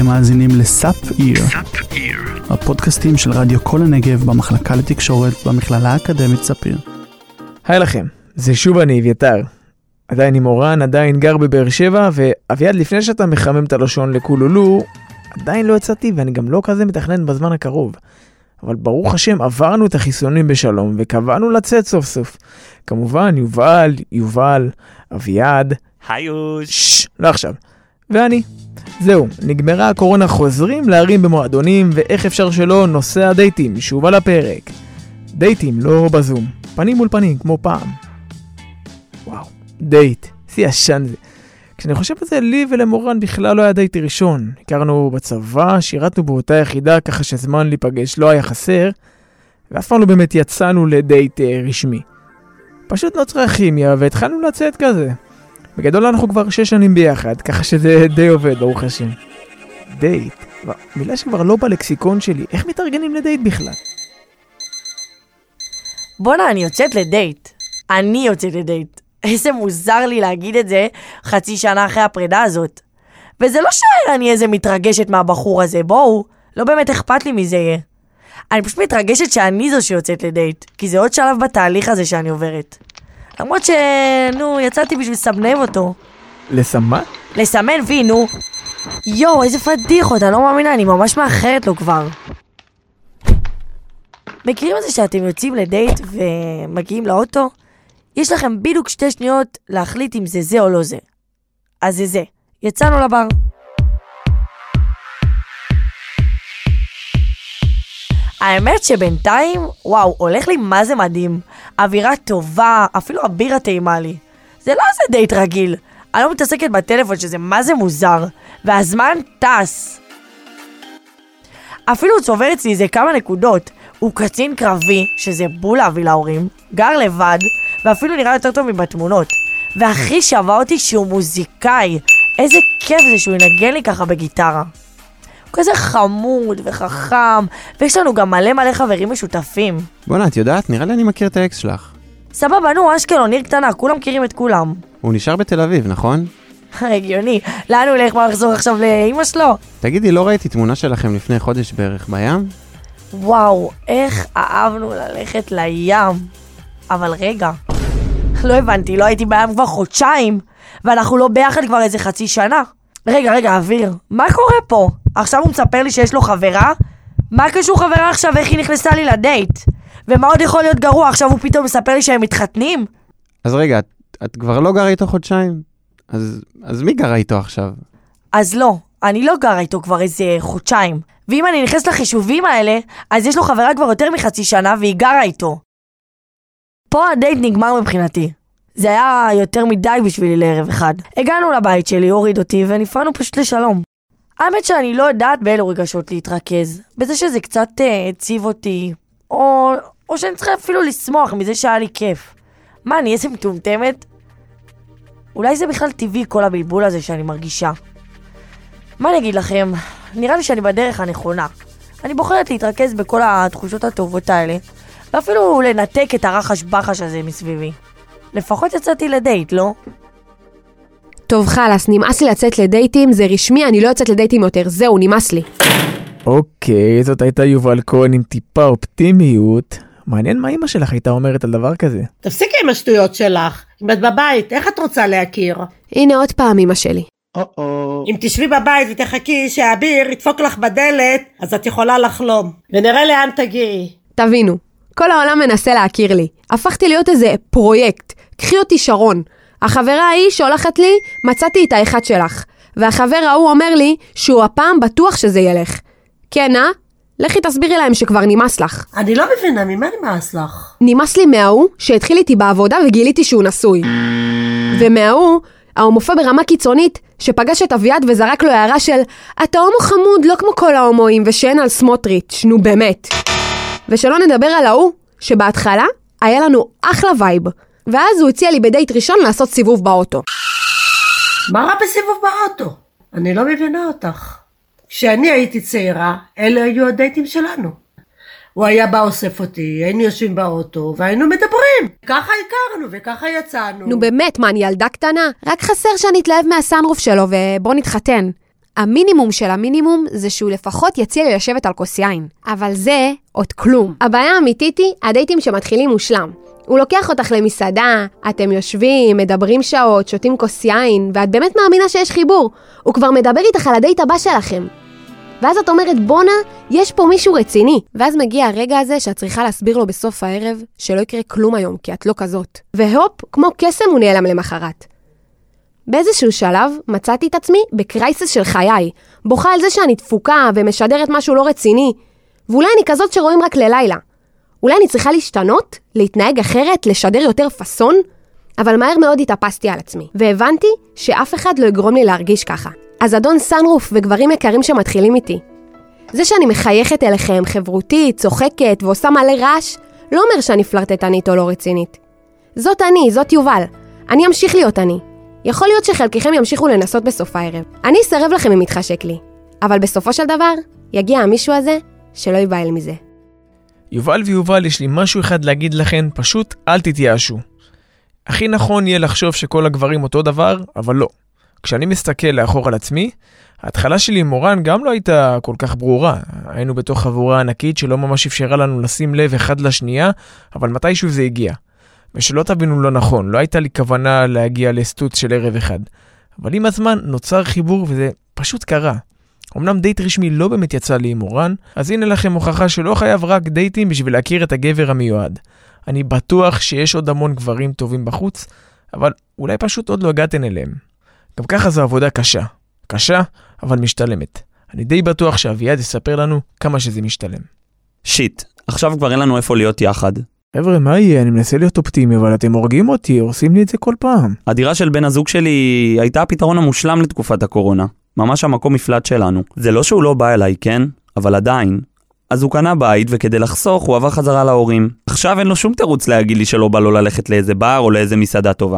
אתם מאזינים לסאפ איר, הפודקאסטים של רדיו כל הנגב במחלקה לתקשורת במכללה האקדמית ספיר. היי לכם, זה שוב אני אביתר. עדיין עם אורן, עדיין גר בבאר שבע, ואביעד, לפני שאתה מחמם את הלשון לקולולו, עדיין לא יצאתי ואני גם לא כזה מתכנן בזמן הקרוב. אבל ברוך השם עברנו את החיסונים בשלום וקבענו לצאת סוף סוף. כמובן יובל, אביעד, היוש, לא עכשיו. ואני. זהו, נגמרה הקורונה, חוזרים להרים במועדונים, ואיך אפשר שלא, נושא הדייטים שוב על הפרק. דייטים לא בזום, פנים מול פנים כמו פעם. וואו, דייט, שיא ישן זה. כשאני חושב על זה, לי ולמורן בכלל לא היה דייט ראשון. הכרנו בצבא, שירתנו באותה יחידה, ככה שזמן להיפגש לא היה חסר, ואף פעם לא באמת יצאנו לדייט רשמי. פשוט נוצרה כימיה, והתחלנו לצאת כזה. בגדול אנחנו כבר 6 שנים ביחד, ככה שזה די עובד, ברוך השם. דייט, מילה שכבר לא בלקסיקון שלי, איך מתארגנים לדייט בכלל? בונה, אני יוצאת לדייט. אני יוצאת לדייט. איזה מוזר לי להגיד את זה חצי שנה אחרי הפרידה הזאת. וזה לא שאני איזה מתרגשת מהבחור הזה, בואו, לא באמת אכפת לי מזה יהיה. אני פשוט מתרגשת שאני זו שיוצאת לדייט, כי זה עוד שלב בתהליך הזה שאני עוברת. למרות יצאתי בשביל לסמנב אותו. לסמן? לסמן וי, יו, איזה פדיחות, אני לא מאמינה, אני ממש מאחרת לו כבר. מכירים את זה שאתם יוצאים לדייט ומגיעים לאוטו? יש לכם בדיוק 2 שניות להחליט אם זה או לא זה. אז זה. יצאנו לבר. האמת שבינתיים, וואו, הולך לי מה זה מדהים. אווירה טובה, אפילו הבירה טעימה לי. זה לא איזה דייט רגיל. אני לא מתעסקת בטלפון שזה מה זה מוזר. והזמן טס. אפילו הוא צובר אצלי איזה כמה נקודות. הוא קצין קרבי, שזה בול להביא להורים, גר לבד, ואפילו נראה יותר טוב מבתמונות. והכי שווה אותי שהוא מוזיקאי. איזה כיף זה שהוא ינגן לי ככה בגיטרה. הוא כזה חמוד וחכם, ויש לנו גם מלא חברים משותפים. בונה, את יודעת? נראה לי אני מכיר את האקס שלך. סבבה, אשקלון, עיר קטנה, כולם מכירים את כולם. הוא נשאר בתל אביב, נכון? הגיוני, לאן הוא הולך? מה לחזור עכשיו לאמא שלו? תגידי, לא ראיתי תמונה שלכם לפני חודש בערך בים? וואו, איך אהבנו ללכת לים. אבל רגע, לא הבנתי, לא הייתי בים כבר חודשיים, ואנחנו לא ביחד כבר איזה חצי שנה. רגע, אוויר, מה קורה פה? עכשיו הוא מספר לי שיש לו חברה? מה קשור חברה עכשיו, איך היא נכנסה לי לדייט? ומה עוד יכול להיות גרוע? עכשיו הוא פתאום מספר לי שהם מתחתנים? אז רגע, את כבר לא גרה איתו חודשיים? אז מי גרה איתו עכשיו? אז לא, אני לא גרה איתו כבר איזה חודשיים. ואם אני נכנס לחישובים האלה, אז יש לו חברה כבר יותר מחצי שנה והיא גרה איתו. פה הדייט נגמר מבחינתי. זה היה יותר מדי בשבילי לערב אחד. הגענו לבית שלי, הוריד אותי ונפרדנו פשוט לשלום. האמת שאני לא יודעת באלו רגשות להתרכז. בזה שזה קצת הציב אותי, או שאני צריכה אפילו לשמוח מזה שהיה לי כיף. מה, אני איזה מטומטמת? אולי זה בכלל טבעי כל הבלבול הזה שאני מרגישה. מה אני אגיד לכם? נראה לי שאני בדרך הנכונה. אני בוחרת להתרכז בכל התחושות הטובות האלה, ואפילו לנתק את הרחש בחש הזה מסביבי. לפחות יצאתי לדייט, לא? טוב חלס, נמאס לי לצאת לדייטים, זה רשמי, אני לא יוצאת לדייטים יותר, זהו, נמאס לי. אוקיי, זאת הייתה יובל כהן עם טיפה אופטימיות. מעניין מה אמא שלך הייתה אומרת על דבר כזה. תפסיקי עם השטויות שלך. אם את בבית, איך את רוצה להכיר? הנה עוד פעם אמא שלי. אם תשבי בבית ותחכי שהאביר ידפוק לך בדלת, אז את יכולה לחלום. ונראה לאן תגיעי. תבינו, כל העולם מנסה להכיר לי. הפכתי להיות איזה פרויקט. קחי אותי שרון. החברה ההיא שהולכת לי, מצאתי את האחד שלך. והחבר ההוא אומר לי שהוא הפעם בטוח שזה ילך. כן, לכי תסבירי להם שכבר נמאס לך. אני לא מבינה, ממה נמאס לך? נמאס לי מההוא שהתחיל איתי בעבודה וגיליתי שהוא נשוי. ומההוא, ההומופוב ברמה קיצונית, שפגש את אביעד וזרק לו הערה של אתה הומו חמוד, לא כמו כל ההומואים, ושאין על סמוטריץ', נו באמת. ושלא נדבר על ההוא, שבהתחלה היה לנו אחלה וייב. ואז הוא הציע לי בדייט ראשון לעשות סיבוב באוטו. מה רע בסיבוב באוטו? אני לא מבינה אותך. כשאני הייתי צעירה, אלה היו הדייטים שלנו. הוא היה בא אוסף אותי, היינו יושבים באוטו, והיינו מדברים. ככה הכרנו וככה יצאנו. נו באמת, מה, אני ילדה קטנה? רק חסר שאני אתלהב מהסנרוף שלו ובוא נתחתן. המינימום של המינימום זה שהוא לפחות יציע לי לשבת על כוס יין. אבל זה עוד כלום. הבעיה האמיתית היא הדייטים שמתחילים מושלם. הוא לוקח אותך למסעדה, אתם יושבים, מדברים שעות, שותים כוס יין, ואת באמת מאמינה שיש חיבור. הוא כבר מדבר איתך על הדייט הבא שלכם. ואז את אומרת, בונה, יש פה מישהו רציני. ואז מגיע הרגע הזה שאת צריכה להסביר לו בסוף הערב שלא יקרה כלום היום, כי את לא כזאת. והופ, כמו קסם הוא נעלם למחרת. באיזשהו שלב מצאתי את עצמי בקרייסס של חיי. בוכה על זה שאני דפוקה ומשדרת משהו לא רציני. ואולי אני כזאת שרואים רק ללילה. אולי אני צריכה להשתנות, להתנהג אחרת, לשדר יותר פסון? אבל מהר מאוד התאפסתי על עצמי. והבנתי שאף אחד לא יגרום לי להרגיש ככה. אז אדון סנרוף וגברים יקרים שמתחילים איתי. זה שאני מחייכת אליכם, חברותית, צוחקת ועושה מלא רעש, לא אומר שאני פלרטטנית או לא רצינית. זאת אני, זאת יובל. אני אמשיך להיות אני. יכול להיות שחלקכם ימשיכו לנסות בסוף הערב. אני אסרב לכם אם מתחשק לי. אבל בסופו של דבר, יגיע המישהו הזה שלא ייבהל מזה. יובל ויובל, יש לי משהו אחד להגיד לכם, פשוט אל תתייאשו. הכי נכון יהיה לחשוב שכל הגברים אותו דבר, אבל לא. כשאני מסתכל לאחור על עצמי, ההתחלה שלי עם מורן גם לא הייתה כל כך ברורה. היינו בתוך חבורה ענקית שלא ממש אפשרה לנו לשים לב אחד לשנייה, אבל מתישהו זה הגיע. ושלא תבינו לא נכון, לא הייתה לי כוונה להגיע לסטוץ של ערב אחד. אבל עם הזמן נוצר חיבור וזה פשוט קרה. אמנם דייט רשמי לא באמת יצא לי עם מורן, אז הנה לכם הוכחה שלא חייב רק דייטים בשביל להכיר את הגבר המיועד. אני בטוח שיש עוד המון גברים טובים בחוץ, אבל אולי פשוט עוד לא הגעתן אליהם. גם ככה זו עבודה קשה. קשה, אבל משתלמת. אני די בטוח שאביעד יספר לנו כמה שזה משתלם. שיט, עכשיו כבר אין לנו איפה להיות יחד. חבר'ה, מה יהיה? אני מנסה להיות אופטימי, אבל אתם הורגים אותי, עושים לי את זה כל פעם. הדירה של בן הזוג שלי הייתה הפתרון המושלם לתקופת הקורונה. ממש המקום מפלט שלנו. זה לא שהוא לא בא אליי, כן? אבל עדיין. אז הוא קנה בית, וכדי לחסוך הוא עבר חזרה להורים. עכשיו אין לו שום תירוץ להגיד לי שלא בא לו ללכת לאיזה בר או לאיזה מסעדה טובה.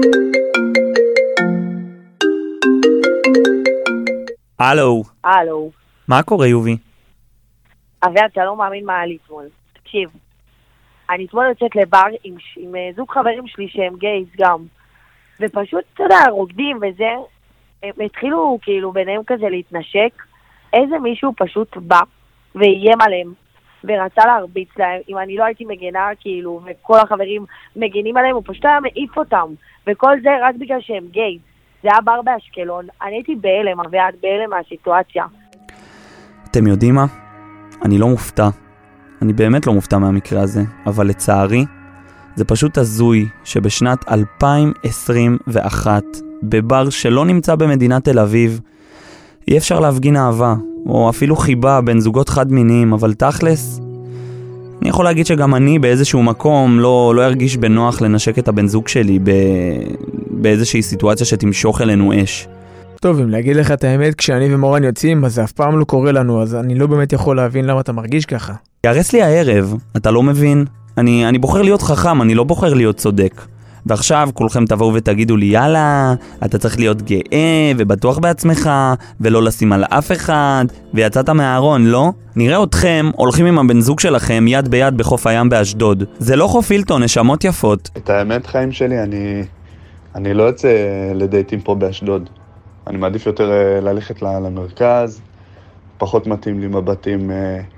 הלו. הלו. מה קורה, יובי? אביעד, אתה לא מאמין מה היה לי אתמול. תקשיב, אני אתמול יוצאת לבר עם זוג חברים שלי שהם גייז גם. ופשוט, אתה יודע, רוקדים וזה, הם התחילו כאילו ביניהם כזה להתנשק. איזה מישהו פשוט בא ואיים עליהם ורצה להרביץ להם. אם אני לא הייתי מגנה כאילו, וכל החברים מגנים עליהם, הוא פשוט היה מעיף אותם. וכל זה רק בגלל שהם גייז. זה היה בר באשקלון. אני הייתי בהלם, אביעד, בהלם מהסיטואציה. אתם יודעים מה? אני לא מופתע. אני באמת לא מופתע מהמקרה הזה. אבל לצערי, זה פשוט הזוי שבשנת 2021, בבר שלא נמצא במדינת תל אביב, אי אפשר להפגין אהבה, או אפילו חיבה בין זוגות חד מיניים, אבל תכלס, אני יכול להגיד שגם אני באיזשהו מקום לא ארגיש בנוח לנשק את הבן זוג שלי באיזושהי סיטואציה שתמשוך אלינו אש. טוב, אם להגיד לך את האמת, כשאני ומורן יוצאים, אז זה אף פעם לא קורה לנו, אז אני לא באמת יכול להבין למה אתה מרגיש ככה. ירס לי הערב, אתה לא מבין? אני בוחר להיות חכם, אני לא בוחר להיות צודק. ועכשיו כולכם תבואו ותגידו לי, יאללה, אתה צריך להיות גאה ובטוח בעצמך, ולא לשים על אף אחד, ויצאת מהארון, לא? נראה אתכם הולכים עם הבן זוג שלכם יד ביד בחוף הים באשדוד. זה לא חוף הילטון, נשמות יפות. את האמת, חיים שלי, אני לא יוצא לדייטים פה באשדוד. אני מעדיף יותר ללכת למרכז, פחות מתאים לי מבטים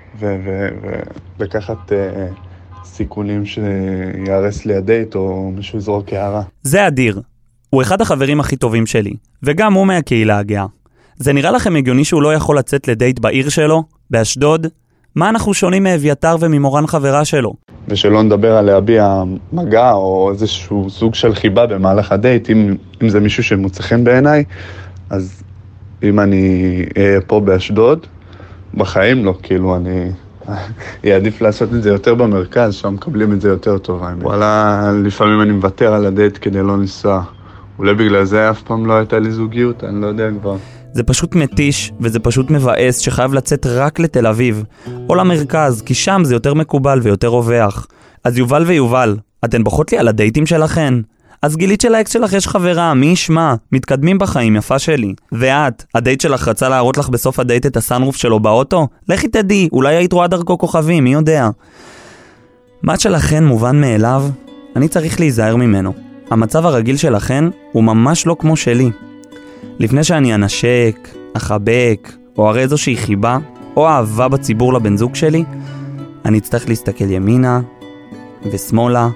ולקחת סיכונים שיערס לי הדייט או מישהו יזרוק הערה. זה אדיר. הוא אחד החברים הכי טובים שלי, וגם הוא מהקהילה הגאה. זה נראה לכם הגיוני שהוא לא יכול לצאת לדייט בעיר שלו, באשדוד? מה אנחנו שונים מאביתר וממורן חברה שלו? ושלא נדבר על להביע מגע או איזשהו סוג של חיבה במהלך הדייט, אם זה מישהו שמוצא חן בעיניי, אז אם אני אהיה פה באשדוד, בחיים לא, כאילו אני יעדיף לעשות את זה יותר במרכז, שם מקבלים את זה יותר טוב. וואלה, לפעמים אני מוותר על הדייט כדי לא לנסוע. אולי בגלל זה אף פעם לא הייתה לי זוגיות, אני לא יודע כבר. זה פשוט מתיש וזה פשוט מבאס שחייב לצאת רק לתל אביב או למרכז, כי שם זה יותר מקובל ויותר רווח. אז יובל ויובל, אתן בוכות לי על הדייטים שלכן? אז גילית שלאקס שלך יש חברה, מי ישמע? מתקדמים בחיים, יפה שלי. ואת, הדייט שלך רצה להראות לך בסוף הדייט את הסנרוף שלו באוטו? לכי תדעי, אולי היית רואה דרכו כוכבים, מי יודע? מה שלכן מובן מאליו, אני צריך להיזהר ממנו. המצב הרגיל שלכן הוא ממש לא כמו שלי. לפני שאני אנשק, אחבק, או הרי איזושהי חיבה, או אהבה בציבור לבן זוג שלי, אני אצטרך להסתכל ימינה ושמאלה,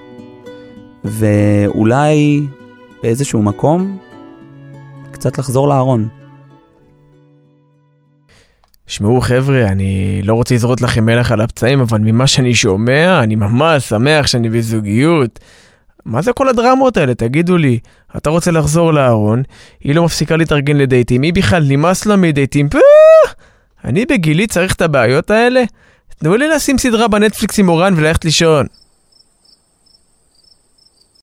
ואולי באיזשהו מקום קצת לחזור לארון. שמעו חבר'ה, אני לא רוצה לזרות לכם מלח על הפצעים, אבל ממה שאני שומע, אני ממש שמח שאני בזוגיות. מה זה כל הדרמות האלה? תגידו לי, אתה רוצה לחזור לארון, היא לא מפסיקה להתארגן לדייטים, היא בכלל נמאס לה מדייטים, אני בגילי צריך את הבעיות האלה? תנו לי לשים סדרה בנטפליקס עם אורן וללכת לישון.